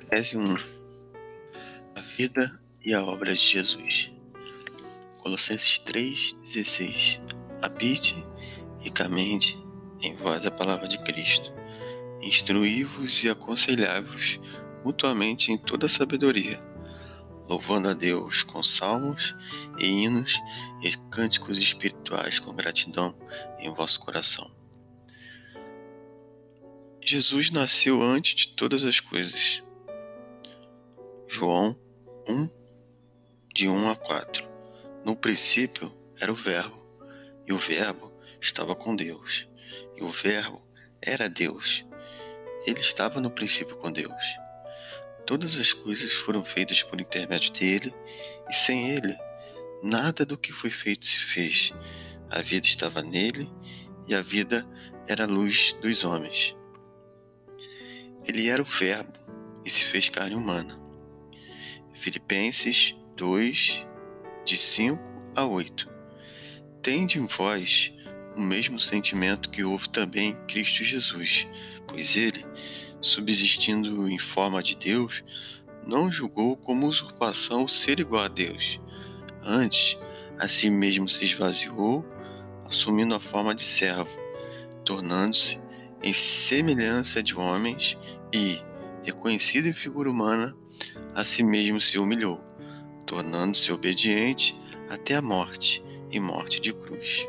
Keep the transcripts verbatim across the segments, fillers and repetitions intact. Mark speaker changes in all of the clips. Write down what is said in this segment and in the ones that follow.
Speaker 1: Tese um: A vida e a obra de Jesus. Colossenses três, dezesseis. Habite ricamente em vós a palavra de Cristo. Instruí-vos e aconselhai-vos mutuamente em toda sabedoria, louvando a Deus com salmos e hinos e cânticos espirituais com gratidão em vosso coração. Jesus nasceu antes de todas as coisas. João um, de um a quatro. No princípio era o Verbo, e o Verbo estava com Deus, e o Verbo era Deus. Ele estava no princípio com Deus. Todas as coisas foram feitas por intermédio dele, e sem ele, nada do que foi feito se fez. A vida estava nele, e a vida era a luz dos homens. Ele era o Verbo, e se fez carne humana. Filipenses dois, de cinco a oito. Tende em vós o mesmo sentimento que houve também em Cristo Jesus, pois ele, subsistindo em forma de Deus, não julgou como usurpação o ser igual a Deus. Antes, a si mesmo se esvaziou, assumindo a forma de servo, tornando-se em semelhança de homens e, reconhecido em figura humana, a si mesmo se humilhou, tornando-se obediente até a morte e morte de cruz.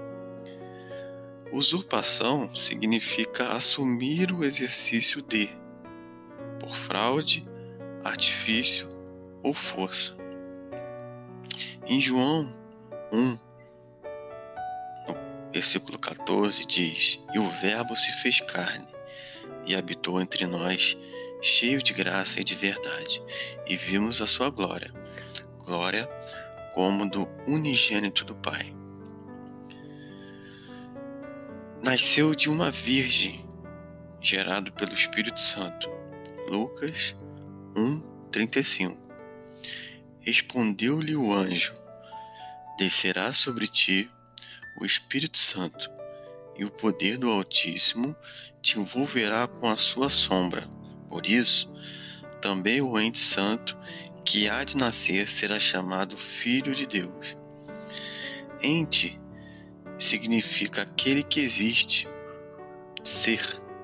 Speaker 1: Usurpação significa assumir o exercício de, por fraude, artifício ou força. Em João um, no versículo quatorze, diz: E o Verbo se fez carne e habitou entre nós, cheio de graça e de verdade, e vimos a sua glória, glória como do unigênito do Pai. Nasceu de uma virgem, gerado pelo Espírito Santo. Lucas um, trinta e cinco. Respondeu-lhe o anjo: Descerá sobre ti o Espírito Santo, e o poder do Altíssimo te envolverá com a sua sombra. Por isso, também o ente santo que há de nascer será chamado Filho de Deus. Ente significa aquele que existe, ser.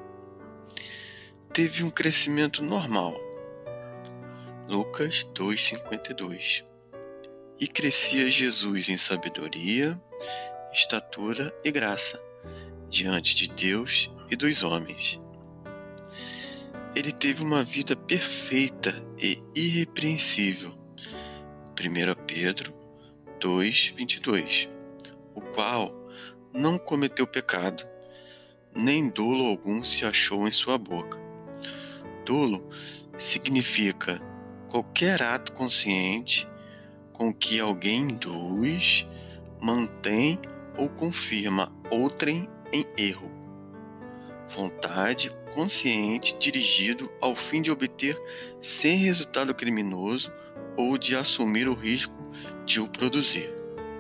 Speaker 1: Teve um crescimento normal. Lucas dois, cinquenta e dois. E crescia Jesus em sabedoria, estatura e graça, diante de Deus e dos homens. Ele teve uma vida perfeita e irrepreensível. primeira Pedro dois, vinte e dois. O qual não cometeu pecado, nem dolo algum se achou em sua boca. Dolo significa qualquer ato consciente com que alguém induz, mantém ou confirma outrem em erro. Vontade consciente dirigido ao fim de obter sem resultado criminoso ou de assumir o risco de o produzir.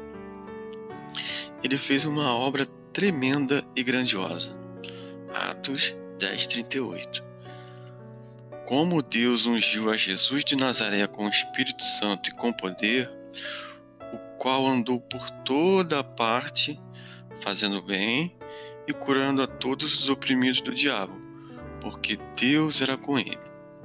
Speaker 1: Ele fez uma obra tremenda e grandiosa. Atos dez, trinta e oito. Como Deus ungiu a Jesus de Nazaré com o Espírito Santo e com poder, o qual andou por toda a parte, fazendo bem e curando a todos os oprimidos do diabo, porque Deus era com ele.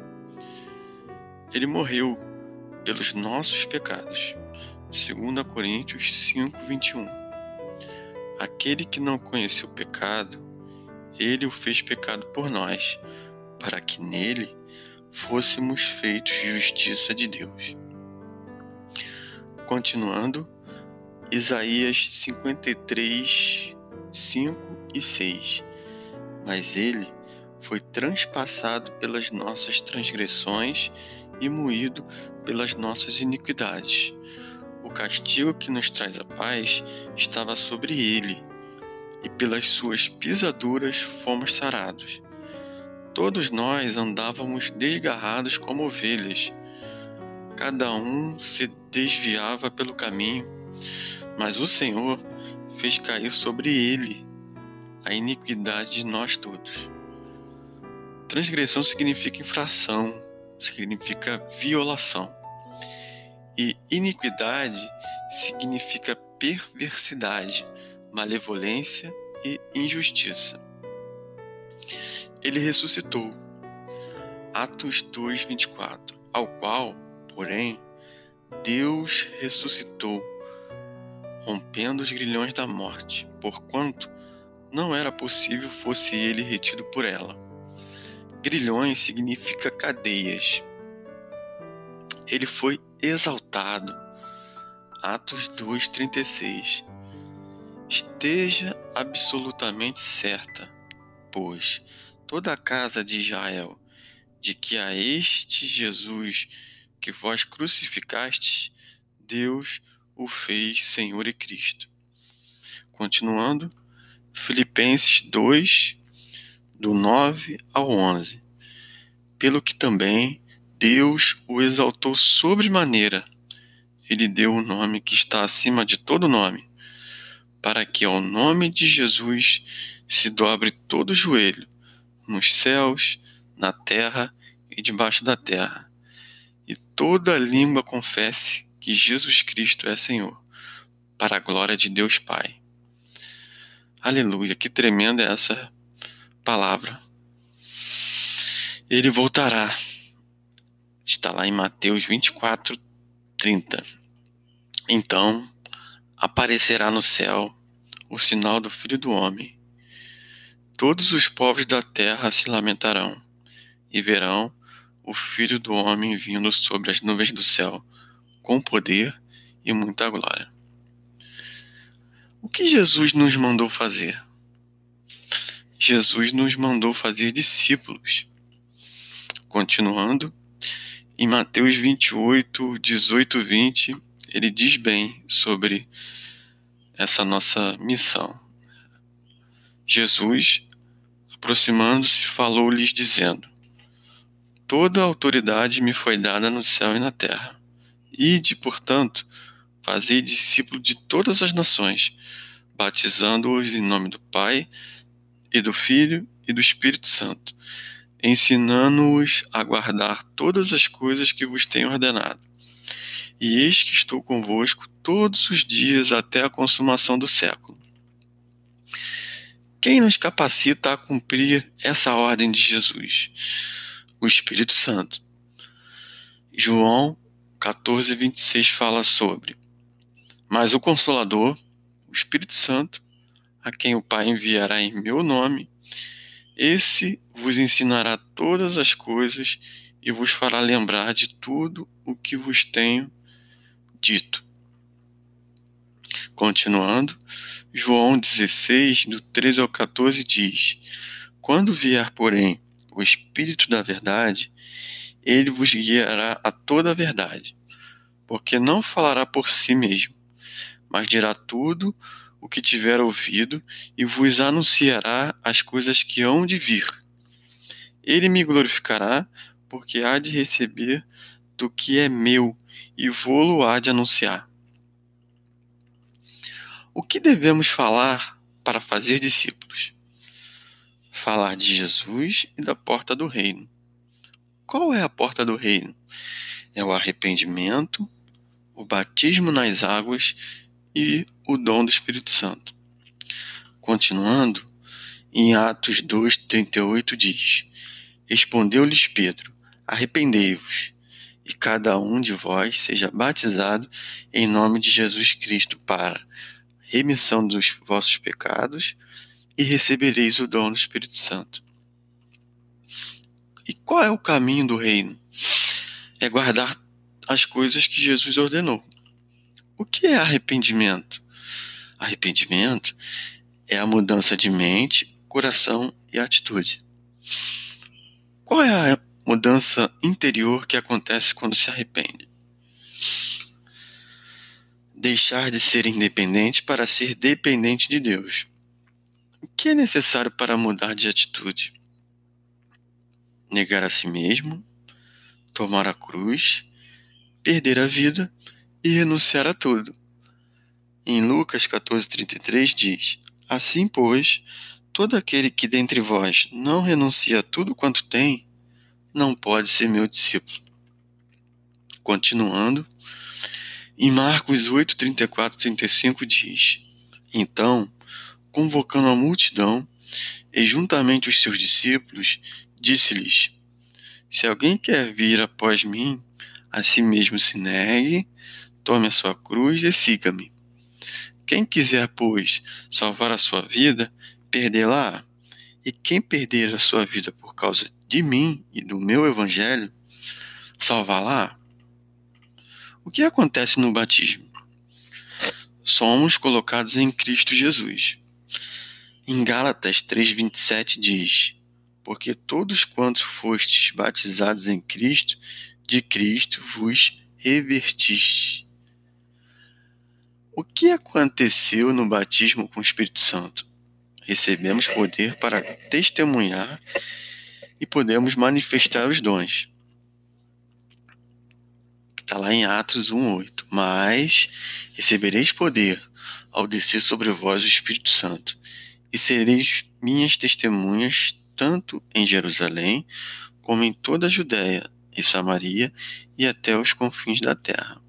Speaker 1: Ele morreu pelos nossos pecados. segunda Coríntios cinco, vinte e um. Aquele que não conheceu o pecado, ele o fez pecado por nós, para que nele fôssemos feitos justiça de Deus. Continuando, Isaías cinquenta e três, cinco e seis. Mas ele foi transpassado pelas nossas transgressões e moído pelas nossas iniquidades. O castigo que nos traz a paz estava sobre ele, e pelas suas pisaduras fomos sarados. Todos nós andávamos desgarrados como ovelhas. Cada um se desviava pelo caminho, mas o Senhor fez cair sobre ele a iniquidade de nós todos. Transgressão significa infração, significa violação. E iniquidade significa perversidade, malevolência e injustiça. Ele ressuscitou. Atos dois, vinte e quatro. Ao qual, porém, Deus ressuscitou, rompendo os grilhões da morte, porquanto não era possível fosse ele retido por ela. Grilhões significa cadeias. Ele foi exaltado. Atos dois, trinta e seis. Esteja absolutamente certa, pois, toda a casa de Israel, de que a este Jesus que vós crucificastes, Deus o fez Senhor e Cristo. Continuando, Filipenses dois, do nove ao onze. Pelo que também Deus o exaltou sobremaneira. Ele deu o nome que está acima de todo nome, para que ao nome de Jesus se dobre todo o joelho, nos céus, na terra e debaixo da terra, e toda língua confesse que Jesus Cristo é Senhor, para a glória de Deus Pai. Aleluia, que tremenda é essa palavra. Ele voltará. Está lá em Mateus vinte e quatro, trinta. Então aparecerá no céu o sinal do Filho do Homem. Todos os povos da terra se lamentarão e verão o Filho do Homem vindo sobre as nuvens do céu, com poder e muita glória. O que Jesus nos mandou fazer? Jesus nos mandou fazer discípulos. Continuando, em Mateus vinte e oito, dezoito e vinte, ele diz bem sobre essa nossa missão. Jesus, aproximando-se, falou-lhes dizendo: toda a autoridade me foi dada no céu e na terra. Ide, portanto, fazei discípulo de todas as nações, batizando-os em nome do Pai, e do Filho e do Espírito Santo, ensinando-os a guardar todas as coisas que vos tenho ordenado. E eis que estou convosco todos os dias até a consumação do século. Quem nos capacita a cumprir essa ordem de Jesus? O Espírito Santo. João quatorze, vinte e seis fala sobre: mas o Consolador, o Espírito Santo, a quem o Pai enviará em meu nome, esse vos ensinará todas as coisas e vos fará lembrar de tudo o que vos tenho dito. Continuando, João dezesseis, do treze ao quatorze diz: quando vier, porém, o Espírito da verdade, ele vos guiará a toda a verdade, porque não falará por si mesmo, mas dirá tudo o que tiver ouvido e vos anunciará as coisas que hão de vir. Ele me glorificará, porque há de receber do que é meu e vô-lo há de anunciar. O que devemos falar para fazer discípulos? Falar de Jesus e da porta do reino. Qual é a porta do reino? É o arrependimento, o batismo nas águas e o dom do Espírito Santo. Continuando, em Atos dois, trinta e oito diz: respondeu-lhes Pedro: arrependei-vos, e cada um de vós seja batizado em nome de Jesus Cristo para remissão dos vossos pecados, e recebereis o dom do Espírito Santo. E qual é o caminho do reino? É guardar as coisas que Jesus ordenou. O que é arrependimento? Arrependimento é a mudança de mente, coração e atitude. Qual é a mudança interior que acontece quando se arrepende? Deixar de ser independente para ser dependente de Deus. O que é necessário para mudar de atitude? Negar a si mesmo, tomar a cruz, perder a vida e renunciar a tudo. Em Lucas quatorze, trinta e três diz: assim, pois, todo aquele que dentre vós não renuncia a tudo quanto tem, não pode ser meu discípulo. Continuando, em Marcos oito, trinta e quatro, trinta e cinco diz: Então, convocando a multidão e juntamente os seus discípulos, disse-lhes: Se alguém quer vir após mim, a si mesmo se negue, tome a sua cruz e siga-me. Quem quiser, pois, salvar a sua vida, perdê-la. E quem perder a sua vida por causa de mim e do meu evangelho, salvá-la. O que acontece no batismo? Somos colocados em Cristo Jesus. Em Gálatas três, vinte e sete diz: Porque todos quantos fostes batizados em Cristo, de Cristo vos revestistes. O que aconteceu no batismo com o Espírito Santo? Recebemos poder para testemunhar e podemos manifestar os dons. Está lá em Atos um, oito. Mas recebereis poder ao descer sobre vós o Espírito Santo, e sereis minhas testemunhas tanto em Jerusalém, como em toda a Judéia e Samaria e até os confins da terra.